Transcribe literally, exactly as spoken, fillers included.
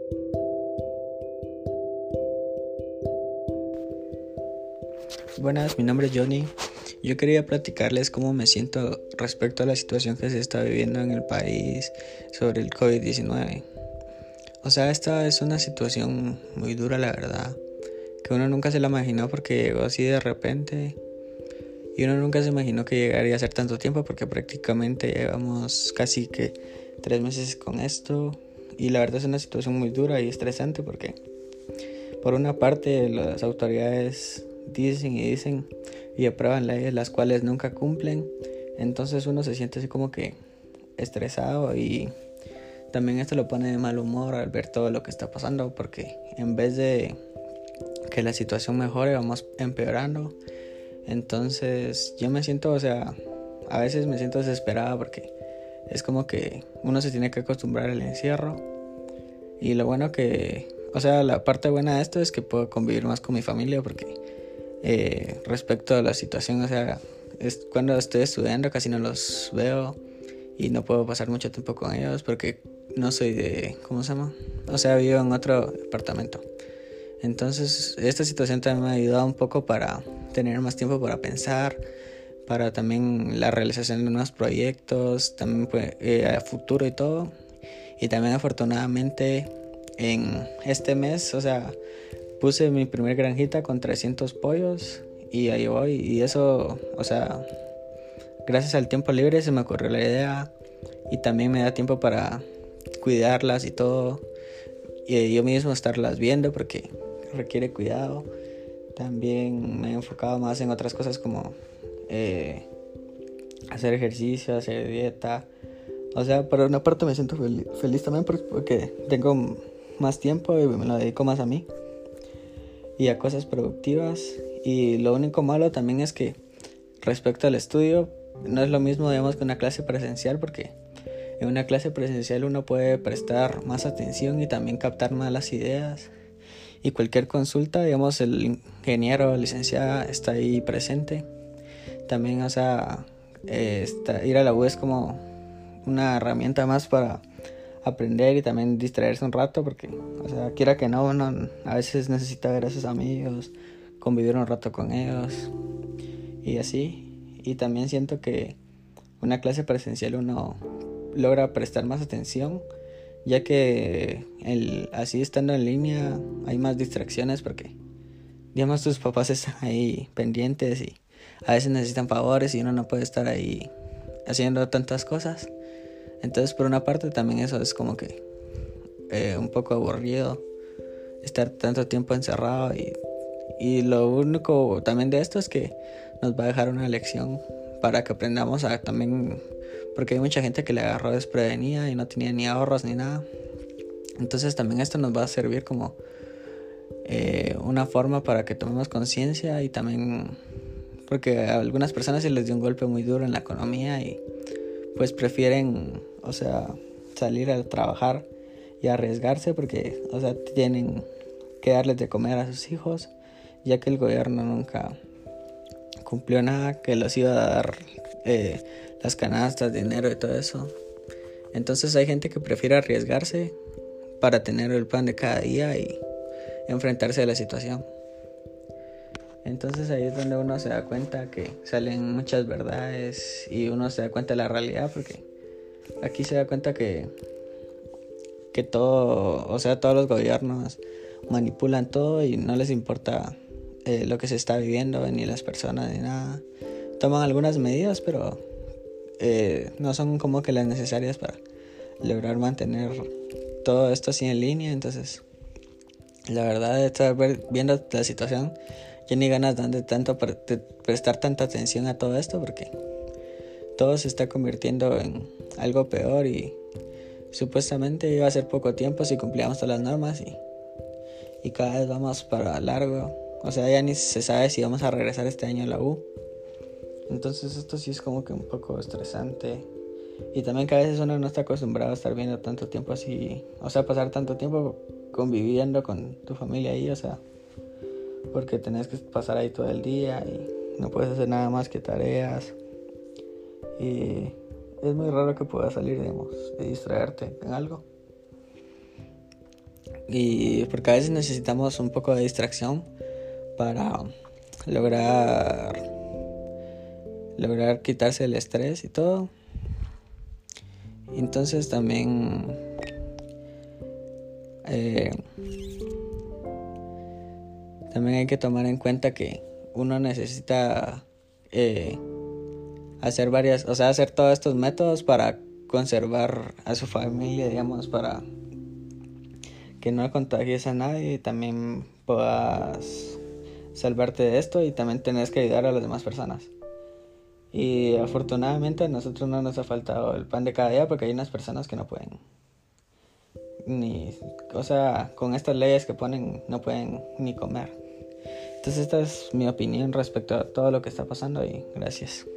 Buenas, mi nombre es Johnny. Yo quería platicarles cómo me siento respecto a la situación que se está viviendo en el país sobre el covid diecinueve. O sea, esta es una situación muy dura, la verdad, que uno nunca se la imaginó porque llegó así de repente y uno nunca se imaginó que llegaría a ser tanto tiempo porque prácticamente llevamos casi que tres meses con esto y la verdad es una situación muy dura y estresante porque por una parte las autoridades dicen y dicen y aprueban leyes las cuales nunca cumplen, entonces uno se siente así como que estresado y también esto lo pone de mal humor al ver todo lo que está pasando porque en vez de que la situación mejore vamos empeorando. Entonces yo me siento, o sea, a veces me siento desesperada porque es como que uno se tiene que acostumbrar al encierro y lo bueno que, o sea, la parte buena de esto es que puedo convivir más con mi familia porque Eh, respecto a la situación, o sea, es cuando estoy estudiando casi no los veo y no puedo pasar mucho tiempo con ellos porque no soy de, ¿cómo se llama? O sea, vivo en otro departamento. Entonces, esta situación también me ha ayudado un poco para tener más tiempo para pensar, para también la realización de nuevos proyectos, también pues, eh, a futuro y todo. Y también afortunadamente en este mes, o sea, puse mi primer granjita con trescientos pollos y ahí voy. Y eso, o sea, gracias al tiempo libre se me ocurrió la idea y también me da tiempo para cuidarlas y todo. Y yo mismo estarlas viendo porque requiere cuidado. También me he enfocado más en otras cosas como eh, hacer ejercicio, hacer dieta. O sea, por una parte me siento fel- feliz también porque tengo más tiempo y me lo dedico más a mí y a cosas productivas. Y lo único malo también es que respecto al estudio no es lo mismo, digamos, que una clase presencial porque en una clase presencial uno puede prestar más atención y también captar más las ideas y cualquier consulta, digamos, el ingeniero o licenciada está ahí presente. También, o sea, eh, está, ir a la U es como una herramienta más para aprender y también distraerse un rato porque, o sea, quiera que no, uno a veces necesita ver a sus amigos, convivir un rato con ellos y así. Y también siento que una clase presencial uno logra prestar más atención, ya que el, así estando en línea hay más distracciones porque, digamos, tus papás están ahí pendientes y a veces necesitan favores y uno no puede estar ahí haciendo tantas cosas. Entonces, por una parte también eso es como que eh, un poco aburrido estar tanto tiempo encerrado y, y lo único también de esto es que nos va a dejar una lección para que aprendamos a también, porque hay mucha gente que le agarró desprevenida y no tenía ni ahorros ni nada. Entonces también esto nos va a servir como eh, una forma para que tomemos conciencia y también porque a algunas personas se les dio un golpe muy duro en la economía y pues prefieren, o sea, salir a trabajar y arriesgarse porque, o sea, tienen que darles de comer a sus hijos, ya que el gobierno nunca cumplió nada, que los iba a dar eh, las canastas, dinero y todo eso. Entonces hay gente que prefiere arriesgarse para tener el pan de cada día y enfrentarse a la situación. Entonces ahí es donde uno se da cuenta que salen muchas verdades y uno se da cuenta de la realidad porque aquí se da cuenta que que todo, o sea, todos los gobiernos manipulan todo y no les importa eh, lo que se está viviendo, ni las personas, ni nada. Toman algunas medidas, pero eh, no son como que las necesarias para lograr mantener todo esto así en línea. Entonces, la verdad de estar viendo la situación, yo ni ganas dan de tanto pre- de prestar tanta atención a todo esto porque todo se está convirtiendo en algo peor y supuestamente iba a ser poco tiempo si cumplíamos todas las normas y, y cada vez vamos para largo. O sea, ya ni se sabe si vamos a regresar este año a la U. Entonces esto sí es como que un poco estresante. Y también que a veces uno no está acostumbrado a estar viendo tanto tiempo así. O sea, pasar tanto tiempo conviviendo con tu familia ahí, o sea, porque tenés que pasar ahí todo el día y no puedes hacer nada más que tareas. Y es muy raro que puedas salir, digamos, y distraerte en algo. Y porque a veces necesitamos un poco de distracción para lograr lograr quitarse el estrés y todo. Entonces también eh, también hay que tomar en cuenta que uno necesita eh, hacer varias, o sea, hacer todos estos métodos para conservar a su familia, digamos, para que no contagies a nadie y también puedas salvarte de esto, y también tenés que ayudar a las demás personas. Y afortunadamente a nosotros no nos ha faltado el pan de cada día, porque hay unas personas que no pueden ni, o sea, con estas leyes que ponen no pueden ni comer. Entonces esta es mi opinión respecto a todo lo que está pasando, y gracias.